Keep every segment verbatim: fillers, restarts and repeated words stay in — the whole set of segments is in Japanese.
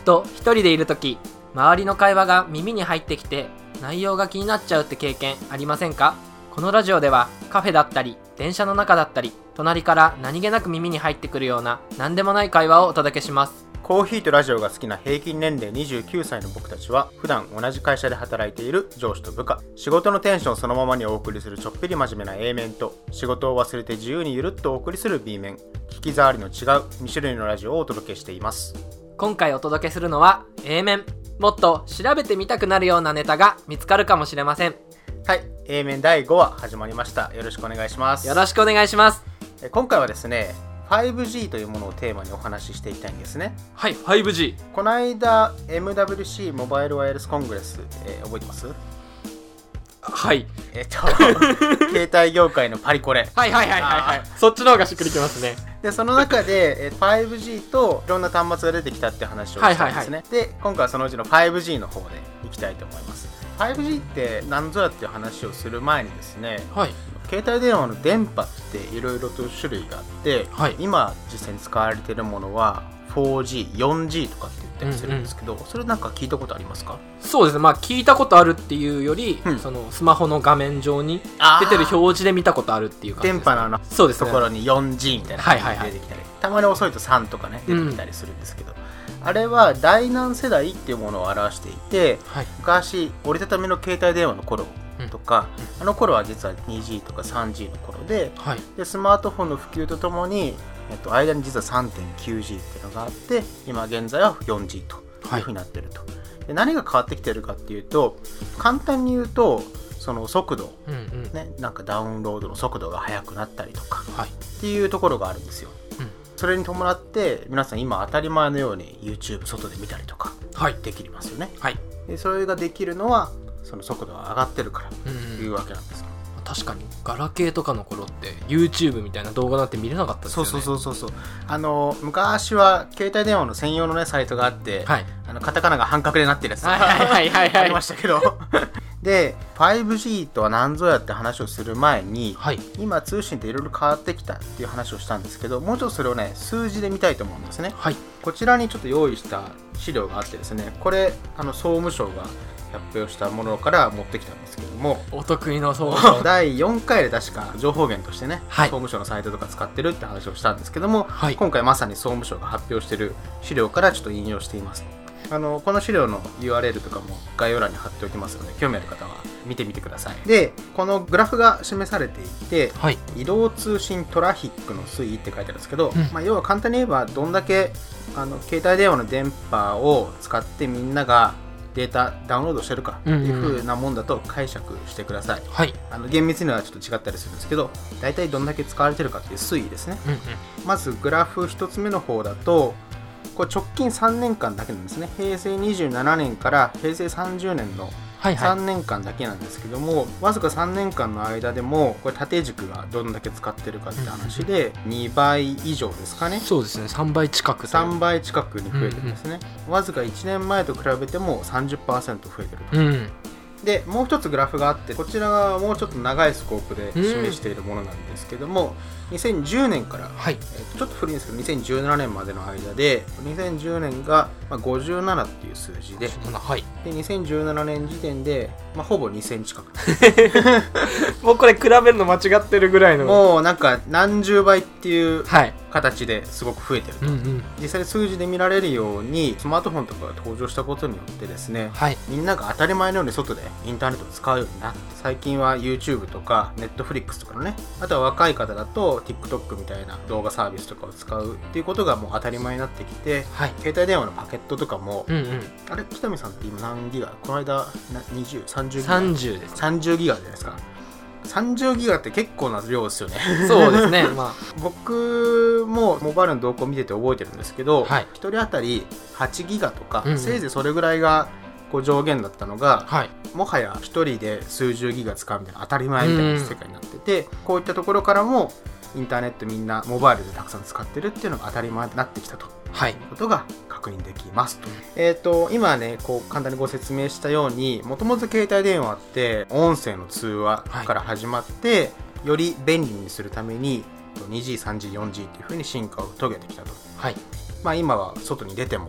と一人でいるとき、周りの会話が耳に入ってきて内容が気になっちゃうって経験ありませんか？このラジオではカフェだったり電車の中だったり隣から何気なく耳に入ってくるような何でもない会話をお届けします。 コーヒーとラジオが好きな平均年齢にじゅうきゅうさいの僕たちは、普段同じ会社で働いている上司と部下、仕事のテンションそのままにお送りするちょっぴり真面目な A 面と、仕事を忘れて自由にゆるっとお送りする B 面、聞き障りの違うに種類のラジオをお届けしています。 今回お届けするのは A 面。もっと調べてみたくなるようなネタが見つかるかもしれません。 はい、A 面だいごわ始まりました。よろしくお願いします。 よろしくお願いします。 今回はですね、ファイブジー というものをテーマにお話ししていきたいんですね。 はい、ファイブジー。 この間 エムダブリューシー モバイルワイヤレスコングレス、えー、覚えてます？ はい。 えっと携帯業界のパリコレ。 はいはいはいはいはい。そっちの方がしっくりきますね。 でその中で、えー、ファイブジー といろんな端末が出てきたって話をしたんですね。はいはいはい、で今回はそのうちの ファイブジー の方でいきたいと思います。ファイブジー って何ぞやっていう話をする前にですね、はい、携帯電話の電波っていろいろと種類があって、はい、今実際に使われているものは フォージー、よんジー とかって言ったりするんですけど、うんうん、それなんか聞いたことありますか？ そうですね、まあ聞いたことあるっていうより、うん、そのスマホの画面上に出てる表示で見たことあるっていう感じです、ね、電波のそうです、ね、ところに よんジー みたいな感じで出てきたり、はいはいはい、たまに遅いとさんとかね出てきたりするんですけど、うん、あれは第何世代っていうものを表していて、はい、昔折りたたみの携帯電話の頃とか、うん、あの頃は実は にジー とか さんジー の頃 で,、はい、でスマートフォンの普及とともに、えっと、間に実は さんてんきゅうジー っていうのがあって、今現在は よんジー というふうになってると、はい、で何が変わってきてるかっていうと、簡単に言うとその速度、うんうんね、なんかダウンロードの速度が速くなったりとか、はい、っていうところがあるんですよ、うん、それに伴って皆さん今当たり前のように YouTube 外で見たりとかできますよね、はい、でそれができるのはその速度が上がってるからというわけなんです、うんうん、 確かにガラケーとかの頃って YouTube みたいな動画なんて見れなかったですよね。 そうそうそうそう、あの昔は携帯電話の専用の、ね、サイトがあって、はい、あのカタカナが半角でなってるやつがありましたけどで ファイブジー とは何ぞやって話をする前に、はい、今通信っていろいろ変わってきたっていう話をしたんですけど、もうちょっとそれをね数字で見たいと思うんですね、はい、こちらにちょっと用意した資料があってですね、これあの総務省が発表したものから持ってきたんですけども、 お得意の総務省だいよんかいで確か情報源としてね、はい、総務省のサイトとか使ってるって話をしたんですけども、はい、今回まさに総務省が発表している資料からちょっと引用しています。あのこの資料の ユーアールエル とかも概要欄に貼っておきますので、興味ある方は見てみてください。でこのグラフが示されていて、はい、移動通信トラフィックの推移って書いてあるんですけど、うん、まあ、要は簡単に言えばどんだけあの携帯電話の電波を使ってみんながデータダウンロードしてるかっていう風なもんだと解釈してください、うんうん、はい、あの厳密にはちょっと違ったりするんですけど、大体どんだけ使われてるかっていう推移ですね、うんうん、まずグラフひとつめの方だとこれ直近さんねんかんだけなんですね。へいせいにじゅうななねんからへいせいさんじゅうねんのさんねんかんだけなんですけども、はいはい、わずかさんねんかんの間でもこれ縦軸がどんだけ使ってるかって話で、うん、にばい以上ですかね。 そうですね、さんばい近くさんばい近くに増えてるんですね、うんうん、わずかいちねんまえと比べても さんじゅっパーセント 増えてると、うん、でもう一つグラフがあって、こちらはもうちょっと長いスコープで示しているものなんですけども、うん、にせんじゅうねんから、はい、えー、とちょっと古いんですけどにせんじゅうななねんまでの間でにせんじゅうねんがごじゅうななっていう数字で、はい、でにせんじゅうななねん時点で、まあ、ほぼにせん近くもうこれ比べるの間違ってるぐらいの、 もうなんか何十倍っていう形ですごく増えてると、はい、うんうん、実際数字で見られるようにスマートフォンとかが登場したことによってですね、はい、みんなが当たり前のように外でインターネットを使うようになって、最近は YouTube とか Netflix とかのね、あとは若い方だと TikTok みたいな動画サービスとかを使うっていうことがもう当たり前になってきて、はい、携帯電話のパケットとかも、うんうん、あれ北見さんって今何ギガ、この間にじゅう、さんじゅうギガ、 さんじゅうです、 さんじゅうギガじゃないですか。さんじゅうギガって結構な量ですよね。 そうですね、まあ、 僕もモバイルの動向を見てて覚えてるんですけど、はい、ひとり当たりはちギガとか、うんうん、せいぜいそれぐらいがこう上限だったのが、はい、もはやひとりで数十ギガ使うみたいな当たり前みたいな世界になってて、こういったところからもインターネットみんなモバイルでたくさん使ってるっていうのが当たり前になってきたと、はい、いうことが確認できますと、えーと今ねこう簡単にご説明したように、もともと携帯電話って音声の通話から始まって、はい、より便利にするために にジー、さんジー、よんジー っていう風に進化を遂げてきたと、はい、まあ、今は外に出ても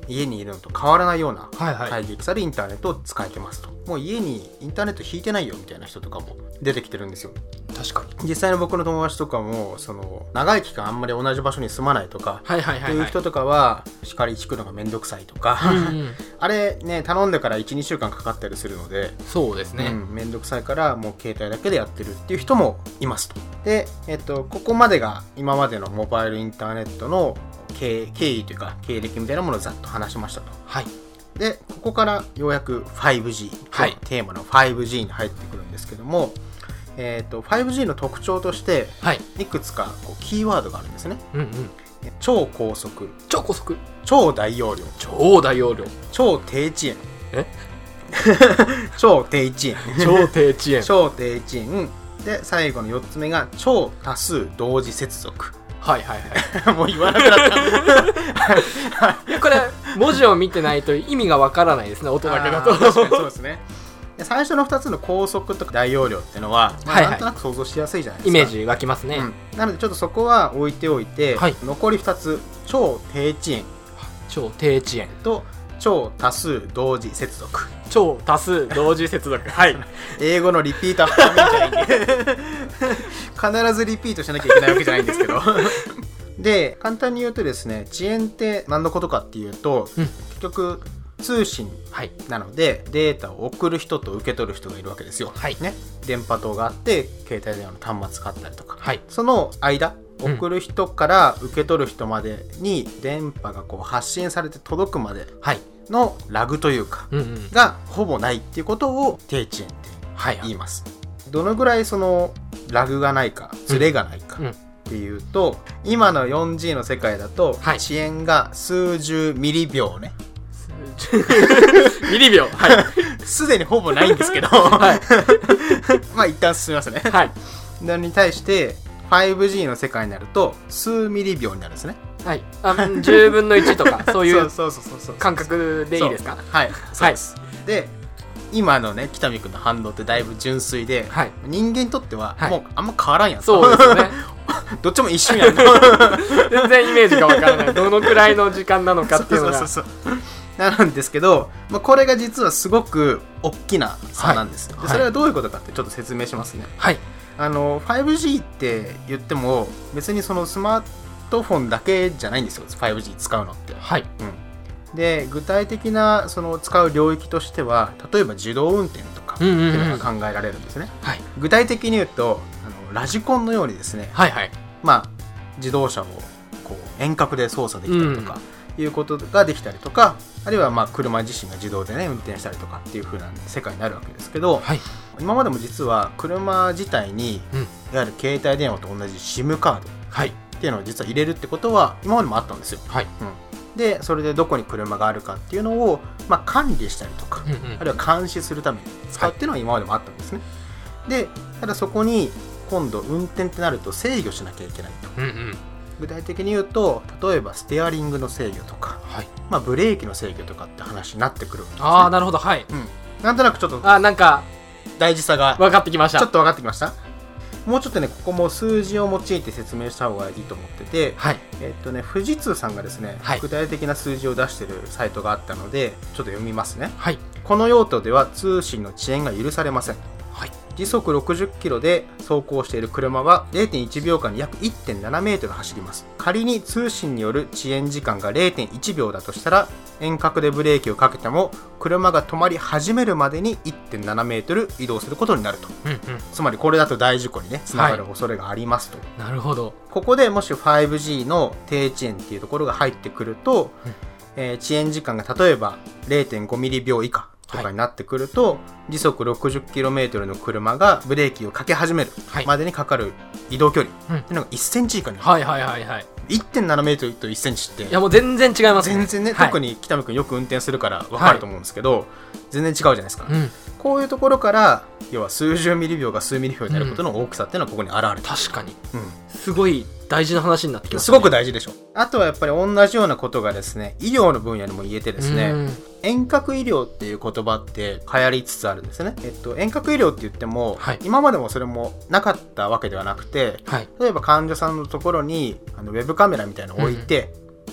家にいるのと変わらないようなはいはい快適さでインターネットを使えてますと。もう家にインターネット引いてないよみたいな人とかも出てきてるんですよ。 確かに。 実際の僕の友達とかもその長い期間あんまり同じ場所に住まないとか、 はいはいはいはい、 っていう人とかは光引くのがめんどくさいとか、うんうん、あれね頼んでから いちにしゅうかんかかったりするので、 そうですね、 うん、めんどくさいからもう携帯だけでやってるっていう人もいますと。で、えっと、ここまでが今までのモバイルインターネットの経, 経緯というか経歴みたいなものをざっと話しましたと。 はい。 でここからようやく ファイブジー、はい、テーマの ファイブジー に入ってくるんですけども、えー、と ファイブジー の特徴としていくつかこうキーワードがあるんですね、うんうん、超高速、 超高速、 超大容量、 超大容量、 超低遅延、 え超低遅延超低遅延超低遅延で、最後のよっつめが超多数同時接続。 はいはいはいもう言わなくなったこれ文字を見てないと意味がわからないですね、音だけだと。 確かにそうですね。最初のふたつの高速とか大容量っていうのは、まあ、なんとなく想像しやすいじゃないですか、 イメージ湧きますね、 うん、なのでちょっとそこは置いておいて、はい、残りふたつ、超低遅延、 超低遅延と超多数同時接続、 超多数同時接続はい英語のリピートアフターミーじゃないんで必ずリピートしなきゃいけないわけじゃないんですけどで簡単に言うとですね、遅延って何のことかっていうと、うん、結局通信なので、はい、データを送る人と受け取る人がいるわけですよ、はいね、電波塔があって携帯電話の端末があったりとか、はい、その間送る人から受け取る人までに電波がこう発信されて届くまでのラグというか、はい、がほぼないっていうことを低遅延って言います、はい、どのぐらいそのラグがないかズレがないか、うんうんっていうと、今の よんジー の世界だと、はい、遅延が数十ミリ秒ね。 ミリ秒、はい。 すでにほぼないんですけど、はい、まあ一旦進みますね。はい。なのに対して ファイブジー の世界になると数ミリ秒になるんですね。 はい。あ、じゅうぶんのいちとかそういう感覚でいいですか？ はい。そうです。はい、で。今のね北見君の反応ってだいぶ純粋で、はい、人間にとってはもうあんま変わらんやん、はい、 そうですよねどっちも一瞬やん全然イメージがわからないどのくらいの時間なのかっていうのがそうそうそうそうなんですけど、まあ、これが実はすごく大きな差なんです、はい、でそれはどういうことかってちょっと説明しますね。はい。あの ファイブジー って言っても別にそのスマートフォンだけじゃないんですよ ファイブジー 使うのって。はい。うんで具体的なその使う領域としては例えば自動運転とかっていうのが考えられるんですね、うんうんうんはい、具体的に言うとあのラジコンのようにですね、はいはいまあ、自動車をこう遠隔で操作できたりとか、うん、いうことができたりとかあるいはまあ車自身が自動でね運転したりとかっていう風な世界になるわけですけど、はい、今までも実は車自体に、うん、いわゆる携帯電話と同じ SIM カード、はい、っていうのを実は入れるってことは今までもあったんですよ、はいうんでそれでどこに車があるかっていうのを、まあ、管理したりとか、うんうん、あるいは監視するために使うっていうのは今までもあったんですね、はい、でただそこに今度運転ってなると制御しなきゃいけないと、うんうん、具体的に言うと例えばステアリングの制御とか、はいまあ、ブレーキの制御とかって話になってくるんですね。 ああなるほどはい、うん、 なんとなくちょっとあなんか大事さが分かってきました。 ちょっと分かってきました。もうちょっとねここも数字を用いて説明した方がいいと思ってて、はいえっとね、富士通さんがですね、はい、具体的な数字を出しているサイトがあったのでちょっと読みますね、はい、この用途では通信の遅延が許されません、はい、時速ろくじゅっキロで走行している車は れいてんいちびょうかんに約 いってんななメートル走ります。仮に通信による遅延時間が れいてんいちびょうだとしたら遠隔でブレーキをかけても車が止まり始めるまでに いってんななメートル移動することになると、うんうん、つまりこれだと大事故にねつながる恐れがありますと、 はい、なるほど。 ここでもし ファイブジー の低遅延っていうところが入ってくると、うんえー、遅延時間が例えば れいてんごミリびょう以下とかになってくると、はい、時速 ろくじゅっキロメートル の車がブレーキをかけ始めるまでにかかる移動距離っていうのがいっセンチ以下になる、 はいはいはいはいいってんななメートルといっセンチっていやもう全然違いますね。 全然ね、はい、特に北見君よく運転するから分かると思うんですけど、はい、全然違うじゃないですか、うん、こういうところから要は数十ミリ秒が数ミリ秒になることの大きさっていうのはここに現れてる、うん、 確かに、うん、すごい大事な話になってきますね。 すごく大事でしょ。あとはやっぱり同じようなことがですね医療の分野にも言えてですね、うん、遠隔医療っていう言葉って流行りつつあるんですね、えっと、遠隔医療って言っても、はい、今までもそれもなかったわけではなくて、はい、例えば患者さんのところにあのウェブカメラみたいなのを置いて、うん、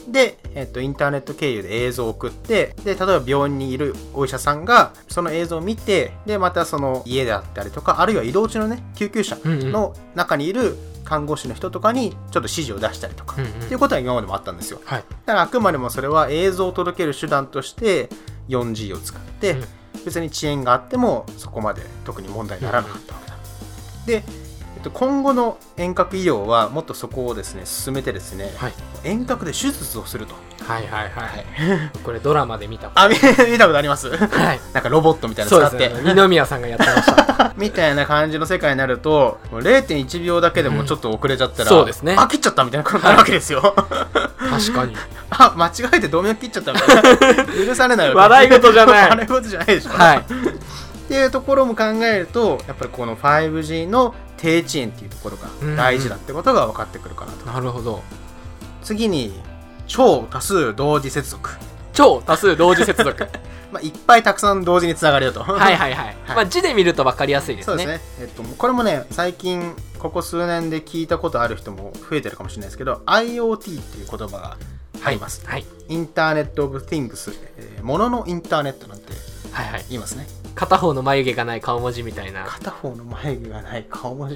で、えっと、インターネット経由で映像を送って、で、例えば病院にいるお医者さんが、その映像を見て、で、またその家であったりとか、あるいは移動中のね、救急車の中にいる看護師の人とかに、ちょっと指示を出したりとか、うんうん、っていうことは今までもあったんですよ。はい、だからあくまでもそれは映像を届ける手段として、よんジー を使って、うん、別に遅延があっても、そこまで特に問題にならなかったわけだ。うん、で、今後の遠隔医療はもっとそこをですね進めてですね、はい、遠隔で手術をすると。 はいはいはい、はい、これドラマで見たことあ見たことあります、はい、なんかロボットみたいなの使って、 そうですね、二宮さんがやってましたみたいな感じの世界になると れいてんいちびょうだけでもちょっと遅れちゃったら、うん、そうですね、あ切っちゃったみたいなことになるわけですよ、 はい、確かにあ間違えて動脈切っちゃったみたいな許されないわけ笑い事じゃない笑い事じゃないでしょ、はい、っていうところも考えるとやっぱりこの ファイブジー の低遅延っていうところが大事だってことが分かってくるかなと、 うんうん、なるほど。 次に超多数同時接続。 超多数同時接続まあいっぱいたくさん同時につながるよとはいはいはい、はい、まあ、字で見ると分かりやすいですね。 そうですね、えっと、これもね最近ここ数年で聞いたことある人も増えてるかもしれないですけど IoT っていう言葉があります、はいはい、インターネットオブティングス、えー、もののインターネットなんて言いますね、はいはい、 片方の眉毛がない顔文字みたいな。 片方の眉毛がない顔文字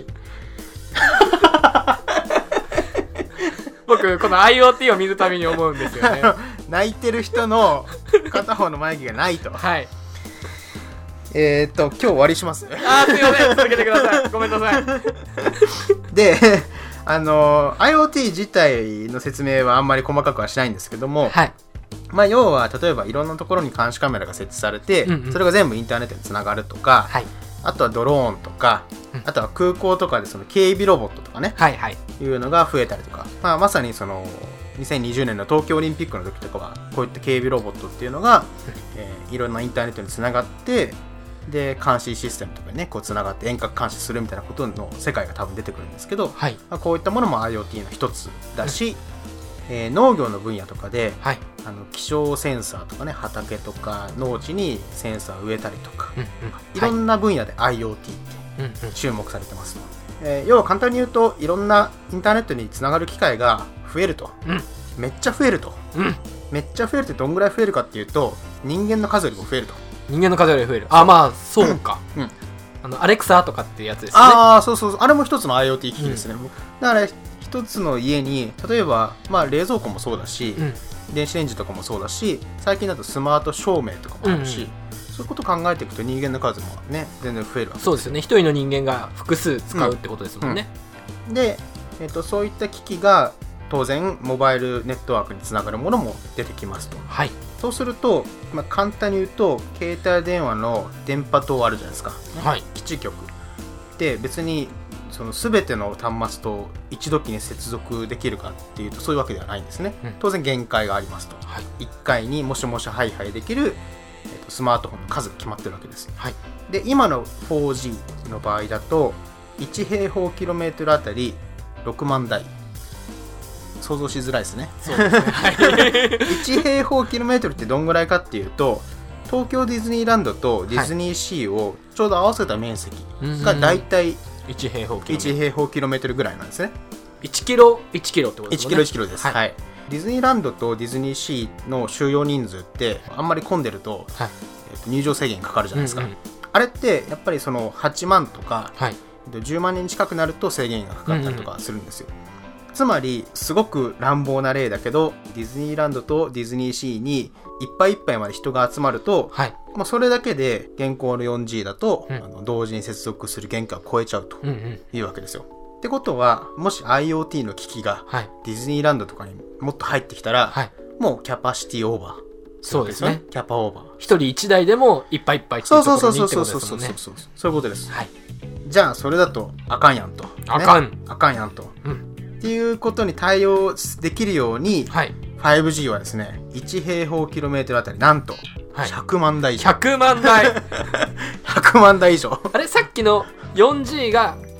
僕この IoT を見るたびに思うんですよね泣いてる人の片方の眉毛がないとはいえーっと今日終わりしますあーすいません続けてくださいごめんなさいであの IoT 自体の説明はあんまり細かくはしないんですけども、はい、まあ、要は例えばいろんなところに監視カメラが設置されて、うんうん、それが全部インターネットにつながるとか、はい、あとはドローンとか、うん、あとは空港とかでその警備ロボットとかね、はいはい、いうのが増えたりとか、まあ、まさにそのにせんにじゅうねんの東京オリンピックの時とかはこういった警備ロボットっていうのが、えー、いろんなインターネットにつながってで監視システムとかにねこうつながって遠隔監視するみたいなことの世界が多分出てくるんですけど、はい、まあ、こういったものも IoT の一つだし、うん、えー、農業の分野とかで、はい、あの気象センサーとかね畑とか農地にセンサーを植えたりとか、うんうん、いろんな分野で IoT って注目されてます、うんうん、えー、要は簡単に言うといろんなインターネットにつながる機会が増えると、うん、めっちゃ増えると、うん、めっちゃ増えるってどんぐらい増えるかっていうと人間の数よりも増えると。 人間の数より増える。あ、まあそうか、うんうん、あのアレクサとかっていうやつですね。 ああそうそうそう、あれも一つの IoT 機器ですね、うん、だから一つの家に例えば、まあ、冷蔵庫もそうだし、うん、電子レンジとかもそうだし最近だとスマート照明とかもあるし、うんうん、そういうことを考えていくと人間の数もね全然増えるわけです。 そうですよね、一人の人間が複数使うってことですもんね、 うんうん、で、えーと、そういった機器が当然モバイルネットワークにつながるものも出てきますと、はい、そうすると、まあ、簡単に言うと携帯電話の電波塔あるじゃないですか、はい、基地局で別にその全ての端末と一時に接続できるかっていうとそういうわけではないんですね、うん、当然限界がありますと、はい、いっかいにもしもしハイハイできる、えーと、スマートフォンの数が決まってるわけです、はい、で今の フォージー の場合だといち平方キロメートルあたりろくまんだい、想像しづらいですね。そうですね、はい、いち平方キロメートルってどんぐらいかっていうと東京ディズニーランドとディズニーシーをちょうど合わせた面積がだいたいいち平方キロメートルぐらいなんですね。 いちキロいちキロってことですね。 いちキロいちキロです、はいはい、ディズニーランドとディズニーシーの収容人数ってあんまり混んでると、はい、えー、と入場制限かかるじゃないですか、うんうん、あれってやっぱりそのはちまんとか、はい、じゅうまんにん近くなると制限がかかったりとかするんですよ、うんうん、つまりすごく乱暴な例だけどディズニーランドとディズニーシーにいっぱいいっぱいまで人が集まると、はい、まあ、それだけで現行の よんジー だと、うん、あの同時に接続する限界を超えちゃうというわけですよ、うんうん、ってことはもし IoT の機器がディズニーランドとかにもっと入ってきたら、はい、もうキャパシティオーバー、 そうですね、 キャパオーバー、 一人一台でもいっぱいいっぱいっていうところにってことですもんね。 そういうことです、はい、じゃあそれだとあかんやんと、ね、 あかんあかんやんと、うん、っていうことに対応できるように、はい、ファイブジー はですねいち平方キロメートルあたりなんとひゃくまんだい以上、 ひゃくまんだいひゃくまんだい以上あれさっきの よんジー が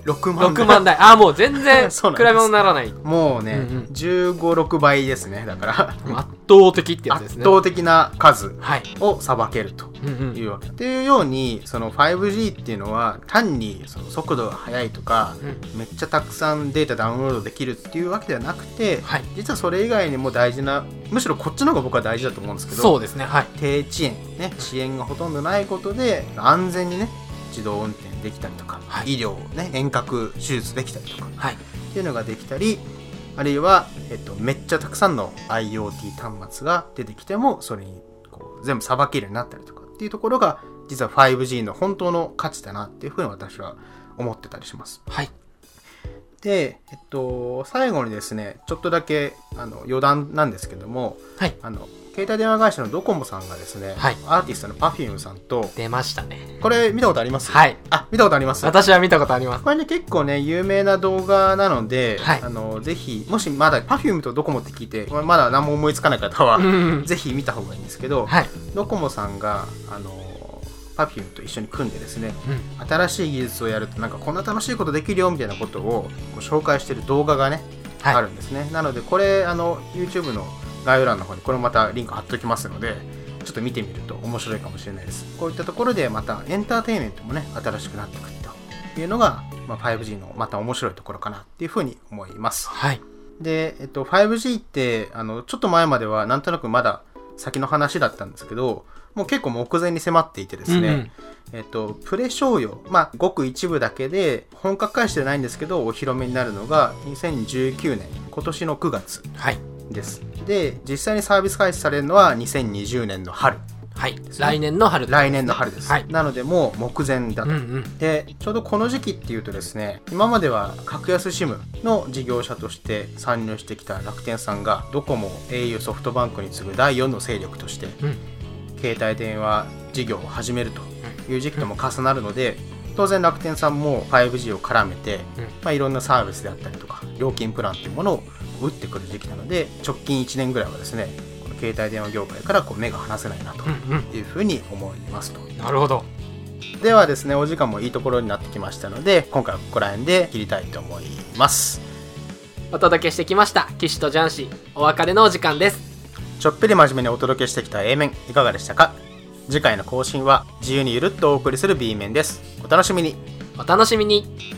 ろくまんだい。 ろくまんだい。ああ、もう全然比べ物にならない。 もうね、うんうん、じゅうご、ろくばいですね。だから圧倒的ってやつですね。 圧倒的な数をさばけるというわけ。っていうように、その ファイブジー っていうのは単にその速度が速いとか、うん、めっちゃたくさんデータダウンロードできるっていうわけではなくて、はい、実はそれ以外にも大事な、むしろこっちの方が僕は大事だと思うんですけど、 そうですね、はい、 低遅延ね、遅延がほとんどないことで安全にね自動運転できたりとか、はい、医療ね遠隔手術できたりとか、はい、っていうのができたり、あるいは、えっと、めっちゃたくさんの IoT 端末が出てきてもそれにこう全部さばけるようになったりとかっていうところが実は ファイブジー の本当の価値だなっていうふうに私は思ってたりします。 はい。 で、えっと、最後にですねちょっとだけあの余談なんですけども、はい、あの携帯電話会社のドコモさんがですね、はい、アーティストの Perfume さんと出ましたね。 これ見たことあります？ はい。 あ、見たことあります。 私は見たことあります。 これね結構ね有名な動画なので、はい、あのぜひもしまだ Perfume とドコモって聞いてまだ何も思いつかない方は、うん、ぜひ見た方がいいんですけど、はい、ドコモさんがあの Perfume と一緒に組んでですね、うん、新しい技術をやるとなんかこんな楽しいことできるよみたいなことを紹介している動画がね、はい、あるんですね。なのでこれあの YouTube の概要欄の方にこれまたリンク貼っておきますのでちょっと見てみると面白いかもしれないです。こういったところでまたエンターテインメントもね新しくなってくるというのが、まあ、ファイブジー のまた面白いところかなっていうふうに思います。 はい。 で、えっと、ファイブジー ってあのちょっと前まではなんとなくまだ先の話だったんですけどもう結構目前に迫っていてですね、うんうんえっと、プレ商用、まあ、ごく一部だけで本格開始ではないんですけどお披露目になるのがにせんじゅうきゅうねん今年のくがつです、はい、で実際にサービス開始されるのはにせんにじゅうねんの春、 はい、来年の春です、 ね、来年の春です、はい、なのでもう目前だと、うんうん、でちょうどこの時期っていうとですね今までは格安 SIM の事業者として参入してきた楽天さんがドコモ、au、ソフトバンクに次ぐだいよんの勢力として、うん、携帯電話事業を始めるという時期とも重なるので、うん、当然楽天さんも ファイブジー を絡めて、うんまあ、いろんなサービスであったりとか料金プランというものを打ってくる時期なので直近いちねんぐらいはですねこの携帯電話業界からこう目が離せないなというふうに思いますと、 うんうん、なるほど。 ではですねお時間もいいところになってきましたので今回はここら辺で切りたいと思います。 お届けしてきました岸とジャンシお別れのお時間です。 ちょっぴり真面目にお届けしてきた A 面いかがでしたか。次回の更新は自由にゆるっとお送りする B 面です。お楽しみに。 お楽しみに。